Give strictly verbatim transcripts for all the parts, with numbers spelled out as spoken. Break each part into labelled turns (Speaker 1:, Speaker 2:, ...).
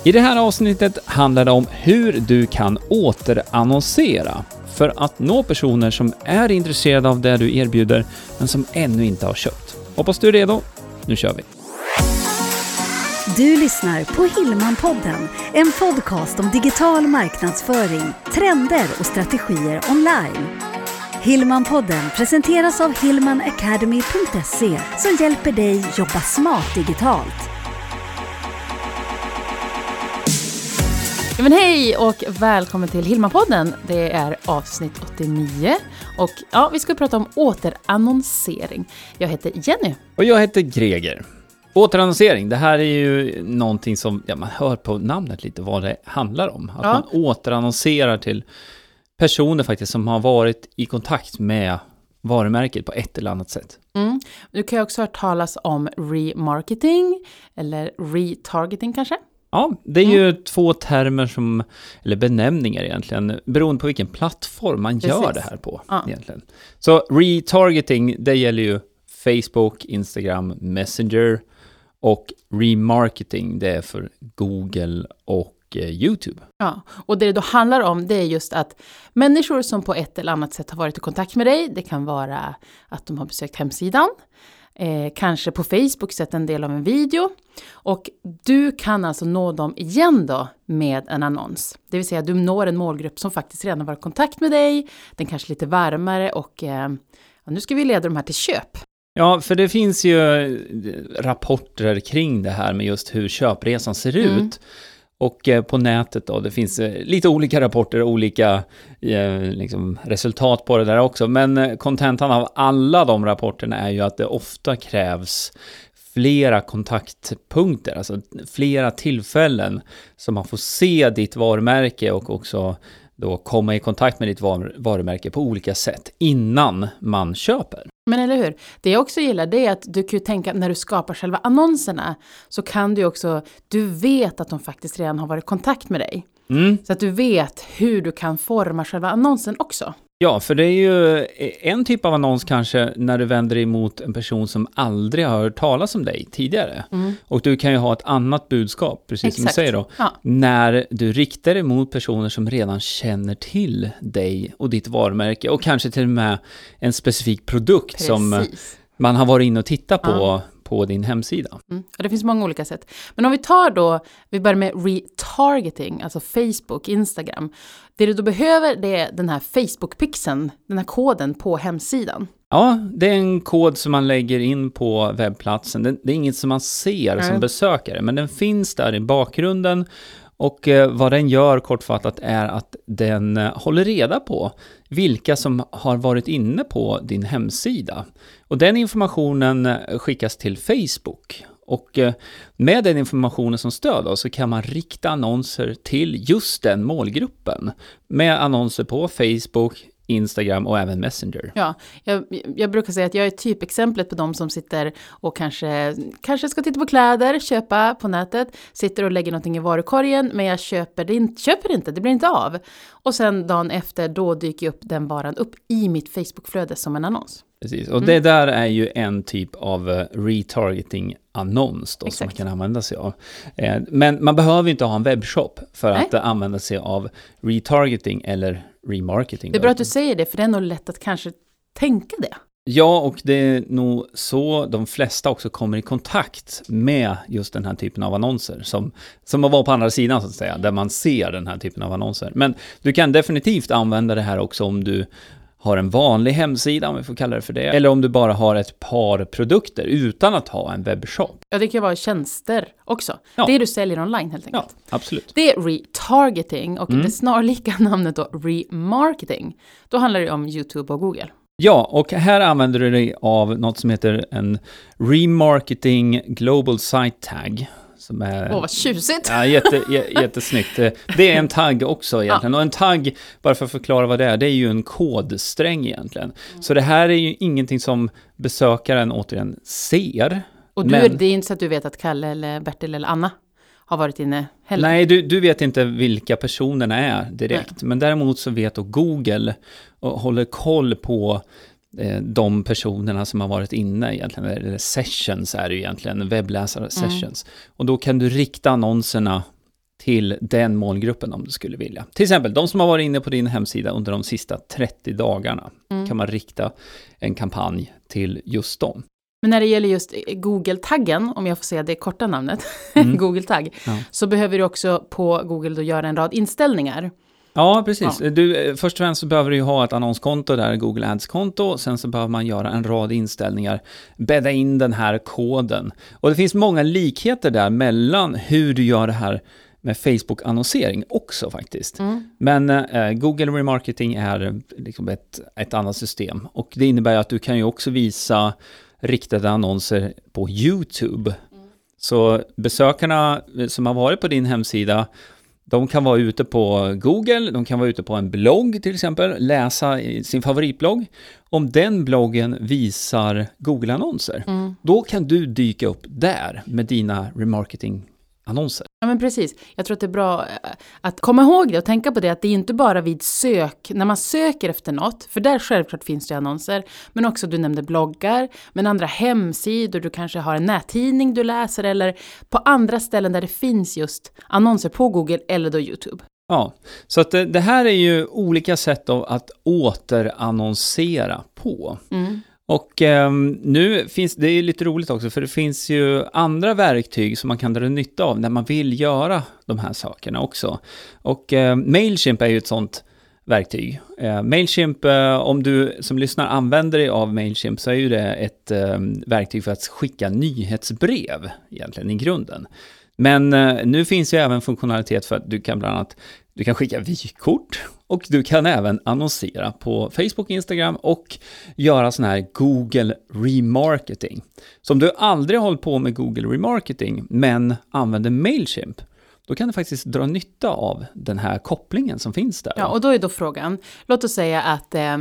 Speaker 1: I det här avsnittet handlar det om hur du kan återannonsera för att nå personer som är intresserade av det du erbjuder men som ännu inte har köpt. Hoppas du är redo. Nu kör vi.
Speaker 2: Du lyssnar på Hillman-podden, en podcast om digital marknadsföring, trender och strategier online. Hillman-podden presenteras av hillman academy punkt se som hjälper dig jobba smart digitalt.
Speaker 3: Ja, men hej och välkommen till Hillman-podden. Det är avsnitt åttionio och ja, vi ska prata om återannonsering. Jag heter Jenny.
Speaker 1: Och jag heter Greger. Återannonsering, det här är ju någonting som ja, man hör på namnet lite vad det handlar om. Att
Speaker 3: ja.
Speaker 1: man återannonserar till personer faktiskt som har varit i kontakt med varumärket på ett eller annat sätt.
Speaker 3: Mm. Du kan ju också höra talas om remarketing eller retargeting kanske.
Speaker 1: Ja, det är ju mm. två termer som, eller benämningar egentligen, beroende på vilken plattform man Precis. gör det här på ja. egentligen. Så retargeting, det gäller ju Facebook, Instagram, Messenger, och remarketing, det är för Google och eh, YouTube.
Speaker 3: Ja, och det det då handlar om, det är just att människor som på ett eller annat sätt har varit i kontakt med dig, det kan vara att de har besökt hemsidan, Eh, kanske på Facebook sett en del av en video och du kan alltså nå dem igen då med en annons. Det vill säga du når en målgrupp som faktiskt redan har varit i kontakt med dig, den kanske lite varmare och eh, ja, nu ska vi leda de här till köp.
Speaker 1: Ja, för det finns ju rapporter kring det här med just hur köpresan ser mm. ut. Och eh, på nätet då, det finns eh, lite olika rapporter och olika eh, liksom, resultat på det där också. Men eh, kontentan av alla de rapporterna är ju att det ofta krävs flera kontaktpunkter, alltså flera tillfällen som man får se ditt varumärke och också då komma i kontakt med ditt var- varumärke på olika sätt innan man köper.
Speaker 3: Men eller hur? Det jag också gillar det är att du kan ju tänka när du skapar själva annonserna så kan du också, du vet att de faktiskt redan har varit i kontakt med dig. Mm. Så att du vet hur du kan forma själva annonsen också.
Speaker 1: Ja, för det är ju en typ av annons kanske när du vänder dig mot en person som aldrig har hört talas om dig tidigare. Mm. Och du kan ju ha ett annat budskap, precis Exakt. som du säger då. Ja. När du riktar dig mot personer som redan känner till dig och ditt varumärke. Och kanske till och med en specifik produkt precis. som man har varit inne och tittat på. Ja. på din hemsida.
Speaker 3: Mm. Ja, det finns många olika sätt. Men om vi tar då, vi börjar med retargeting, alltså Facebook, Instagram. Det du då behöver det är den här Facebook-pixeln, den här koden på hemsidan.
Speaker 1: Ja, det är en kod som man lägger in på webbplatsen. Det, det är inget som man ser mm. som besökare, men den finns där i bakgrunden. Och eh, vad den gör kortfattat är att den eh, håller reda på vilka som har varit inne på din hemsida. Och den informationen eh, skickas till Facebook. Och eh, med den informationen som stöd då, så kan man rikta annonser till just den målgruppen. Med annonser på Facebook, Instagram och även Messenger.
Speaker 3: Ja, jag, jag brukar säga att jag är typexemplet på de som sitter och kanske, kanske ska titta på kläder, köpa på nätet, sitter och lägger någonting i varukorgen, men jag köper det inte, köper det inte, det blir inte av. Och sen dagen efter, då dyker upp den varan upp i mitt Facebook-flöde som en annons.
Speaker 1: Precis, och mm. det där är ju en typ av retargeting-annons då, som man kan använda sig av. Eh, men man behöver inte ha en webbshop för Nej. att använda sig av retargeting eller remarketing.
Speaker 3: Det är bra att du säger det, för det är nog lätt att kanske tänka det.
Speaker 1: Ja, och det är nog så de flesta också kommer i kontakt med just den här typen av annonser som, som var på andra sidan så att säga, där man ser den här typen av annonser. Men du kan definitivt använda det här också om du har en vanlig hemsida, om vi får kalla det för det. Eller om du bara har ett par produkter utan att ha en webbshop.
Speaker 3: Ja, det kan vara tjänster också. Ja. Det du säljer online helt enkelt.
Speaker 1: Ja, absolut.
Speaker 3: Det är retargeting och mm. det snarlika namnet då remarketing. Då handlar det om YouTube och Google.
Speaker 1: Ja, och här använder du dig av något som heter en remarketing global site tag. Åh,
Speaker 3: oh, vad tjusigt!
Speaker 1: Ja, jätte, jättesnyggt. Det är en tagg också egentligen. Ja. Och en tagg, bara för att förklara vad det är, det är ju en kodsträng egentligen. Mm. Så det här är ju ingenting som besökaren återigen ser.
Speaker 3: Och du, men... det är inte så att du vet att Kalle eller Bertil eller Anna har varit inne heller?
Speaker 1: Nej, du, du vet inte vilka personerna är direkt. Nej. Men däremot så vet då Google och håller koll på de personerna som har varit inne egentligen, eller sessions är det ju egentligen, webbläsare sessions. Mm. Och då kan du rikta annonserna till den målgruppen om du skulle vilja. Till exempel, de som har varit inne på din hemsida under de sista trettio dagarna mm. kan man rikta en kampanj till just dem.
Speaker 3: Men när det gäller just Google-taggen, om jag får säga det korta namnet, mm. Google-tagg, ja. Så behöver du också på Google då göra en rad inställningar.
Speaker 1: Ja, precis. Ja. Du, först och främst så behöver du ju ha ett annonskonto där, Google Ads-konto. Sen så behöver man göra en rad inställningar, bädda in den här koden. Och det finns många likheter där mellan hur du gör det här med Facebook-annonsering också faktiskt. Mm. Men eh, Google Remarketing är liksom ett, ett annat system. Och det innebär att du kan ju också visa riktade annonser på YouTube. Mm. Så besökarna som har varit på din hemsida, de kan vara ute på Google, de kan vara ute på en blogg till exempel, läsa sin favoritblogg. Om den bloggen visar Google-annonser, mm. då kan du dyka upp där med dina remarketing-annonser.
Speaker 3: Ja, men precis. Jag tror att det är bra att komma ihåg det och tänka på det, att det är inte bara vid sök, när man söker efter något, för där självklart finns det annonser, men också du nämnde bloggar, men andra hemsidor, du kanske har en nättidning du läser eller på andra ställen där det finns just annonser på Google eller då YouTube.
Speaker 1: Ja, så att det, det här är ju olika sätt att återannonsera på. Mm. Och eh, nu finns det är lite roligt också, för det finns ju andra verktyg som man kan dra nytta av när man vill göra de här sakerna också. Och eh, Mailchimp är ju ett sånt verktyg. Eh, Mailchimp, eh, om du som lyssnar använder dig av Mailchimp, så är ju det ett eh, verktyg för att skicka nyhetsbrev egentligen i grunden. Men eh, nu finns ju även funktionalitet för att du kan bland annat du kan skicka vykort och du kan även annonsera på Facebook, Instagram och göra sån här Google Remarketing. Så om du aldrig har hållit på med Google Remarketing men använder Mailchimp, då kan du faktiskt dra nytta av den här kopplingen som finns där.
Speaker 3: Ja, och då är då frågan, låt oss säga att eh,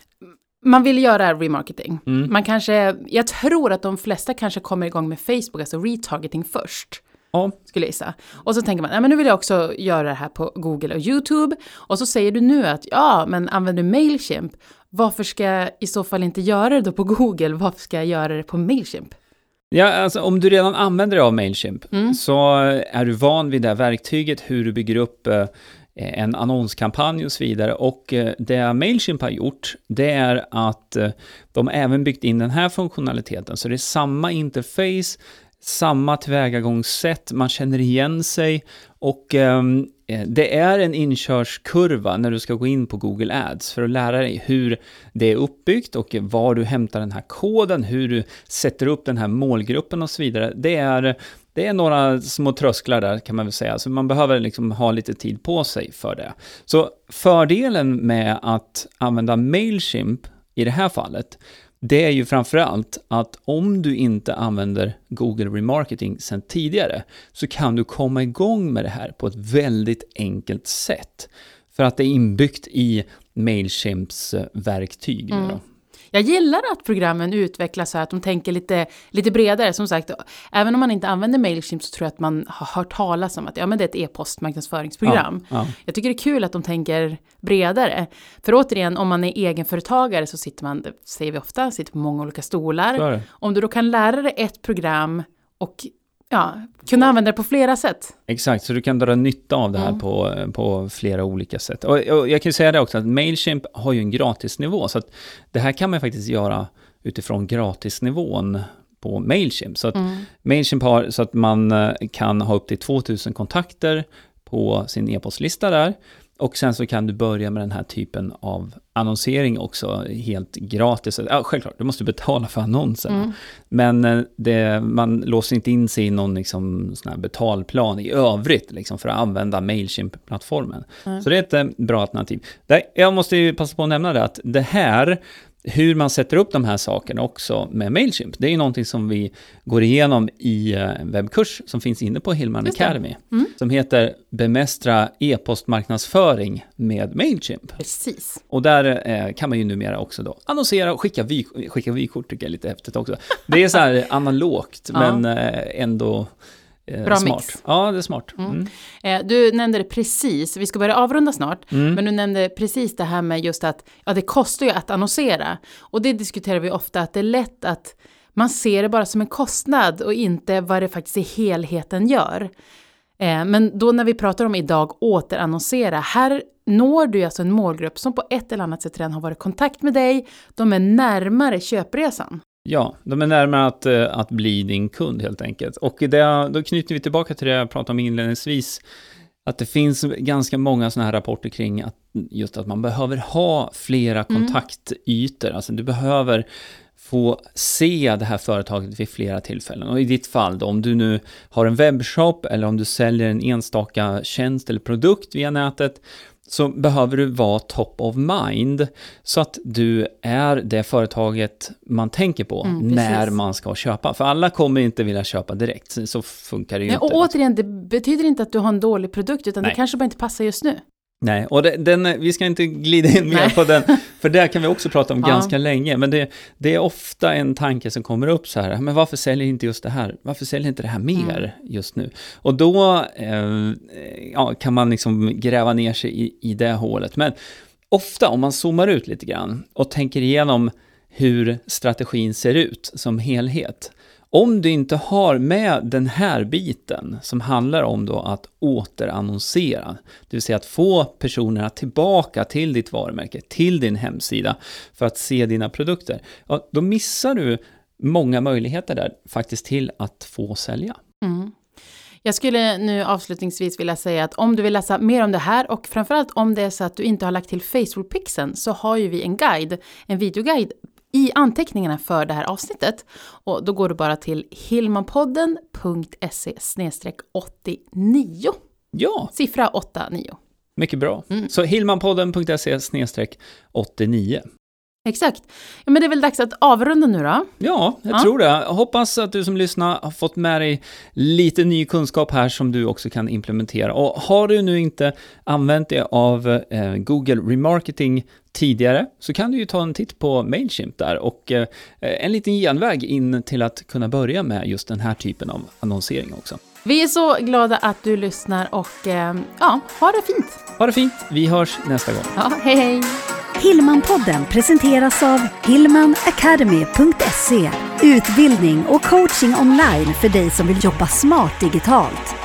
Speaker 3: man vill göra remarketing. Mm. Man kanske, jag tror att de flesta kanske kommer igång med Facebook, alltså retargeting först. Ja. Skulle jag gissa. Och så tänker man, nej, men nu vill jag också göra det här på Google och YouTube. Och så säger du nu att, ja, men använder du Mailchimp. Varför ska jag i så fall inte göra det då på Google? Varför ska jag göra det på Mailchimp?
Speaker 1: Ja, alltså om du redan använder dig av Mailchimp mm. så är du van vid det här verktyget, hur du bygger upp eh, en annonskampanj och så vidare. Och eh, det Mailchimp har gjort, det är att eh, de även byggt in den här funktionaliteten. Så det är samma interface, samma tillvägagångssätt, man känner igen sig och eh, det är en inkörskurva när du ska gå in på Google Ads för att lära dig hur det är uppbyggt och var du hämtar den här koden, hur du sätter upp den här målgruppen och så vidare. Det är, det är några små trösklar där kan man väl säga, så man behöver liksom ha lite tid på sig för det. Så fördelen med att använda Mailchimp i det här fallet, det är ju framförallt att om du inte använder Google Remarketing sedan tidigare så kan du komma igång med det här på ett väldigt enkelt sätt. För att det är inbyggt i Mailchimps verktyg. Mm. Då.
Speaker 3: Jag gillar att programmen utvecklas så att de tänker lite, lite bredare. Som sagt, även om man inte använder Mailchimp så tror jag att man har hört talas om att ja, men det är ett e-postmarknadsföringsprogram. Ja, ja. Jag tycker det är kul att de tänker bredare. För återigen, om man är egenföretagare så sitter man, det säger vi ofta, sitter på många olika stolar. Om du då kan lära dig ett program och ja, kunna använda det på flera sätt.
Speaker 1: Exakt, så du kan dra nytta av det här mm. på, på flera olika sätt. Och, och jag kan ju säga det också att Mailchimp har ju en gratisnivå, så att det här kan man faktiskt göra utifrån gratisnivån på Mailchimp. Så att mm. Mailchimp har så att man kan ha upp till tvåtusen kontakter på sin e-postlista där. Och sen så kan du börja med den här typen av annonsering också helt gratis. Ja, självklart, du måste betala för annonserna. Mm. Men det, man låser inte in sig i någon liksom, sån här betalplan i övrigt liksom, för att använda Mailchimp-plattformen. Mm. Så det är ett bra alternativ. Jag måste ju passa på att nämna det att det här, hur man sätter upp de här sakerna också med Mailchimp, det är ju någonting som vi går igenom i en webbkurs som finns inne på Hillman Academy. Mm. Som heter Bemästra e-postmarknadsföring med Mailchimp.
Speaker 3: Precis.
Speaker 1: Och där eh, kan man ju numera också då annonsera och skicka, vy, skicka vykort, tycker jag är lite häftigt också. Det är så här analogt men eh, ändå Eh,
Speaker 3: Bra
Speaker 1: smart.
Speaker 3: mix.
Speaker 1: Ja, det är smart. Mm.
Speaker 3: Mm. Eh, du nämnde det precis, vi ska börja avrunda snart, mm. men du nämnde precis det här med just att ja, det kostar ju att annonsera. Och det diskuterar vi ofta, att det är lätt att man ser det bara som en kostnad och inte vad det faktiskt i helheten gör. Eh, men då när vi pratar om idag återannonsera, här når du alltså en målgrupp som på ett eller annat sätt redan har varit i kontakt med dig. De är närmare köpresan.
Speaker 1: Ja, de är närmare att, att bli din kund helt enkelt. Och det, då knyter vi tillbaka till det jag pratade om inledningsvis. Att det finns ganska många sådana här rapporter kring att just att man behöver ha flera kontaktytor. Mm. Alltså du behöver få se det här företaget vid flera tillfällen. Och i ditt fall då, om du nu har en webbshop eller om du säljer en enstaka tjänst eller produkt via nätet, så behöver du vara top of mind så att du är det företaget man tänker på mm, när man ska köpa. För alla kommer inte vilja köpa direkt, så funkar det ju
Speaker 3: Nej,
Speaker 1: inte.
Speaker 3: Och återigen, det betyder inte att du har en dålig produkt, utan Nej. det kanske bara inte passar just nu.
Speaker 1: Nej, och det, den, vi ska inte glida in mer Nej. på den, för där kan vi också prata om ja. ganska länge. Men det, det är ofta en tanke som kommer upp så här, men varför säljer inte just det här? Varför säljer inte det här mer mm. just nu? Och då eh, ja, kan man liksom gräva ner sig i, i det hålet. Men ofta om man zoomar ut lite grann och tänker igenom hur strategin ser ut som helhet. Om du inte har med den här biten som handlar om då att återannonsera, det vill säga att få personerna tillbaka till ditt varumärke, till din hemsida för att se dina produkter, ja, då missar du många möjligheter där faktiskt till att få sälja.
Speaker 3: Mm. Jag skulle nu avslutningsvis vilja säga att om du vill läsa mer om det här och framförallt om det är så att du inte har lagt till Facebook-pixeln, så har ju vi en guide, en videoguide i anteckningarna för det här avsnittet. Och då går du bara till hillmanpodden punkt se slash åttionio.
Speaker 1: Ja.
Speaker 3: Siffra åttionio.
Speaker 1: Mycket bra. Mm. Så hillmanpodden punkt se slash åttionio.
Speaker 3: Exakt. Ja, men det är väl dags att avrunda nu då?
Speaker 1: Ja, jag ja. tror det. Jag hoppas att du som lyssnar har fått med dig lite ny kunskap här som du också kan implementera. Och har du nu inte använt dig av eh, Google Remarketing tidigare, så kan du ju ta en titt på Mailchimp där och eh, en liten genväg in till att kunna börja med just den här typen av annonsering också.
Speaker 3: Vi är så glada att du lyssnar och eh, ja, ha det fint.
Speaker 1: Ha det fint. Vi hörs nästa gång.
Speaker 3: Ja, hej hej.
Speaker 2: Hillmanpodden presenteras av hillman academy punkt se. Utbildning och coaching online för dig som vill jobba smart digitalt.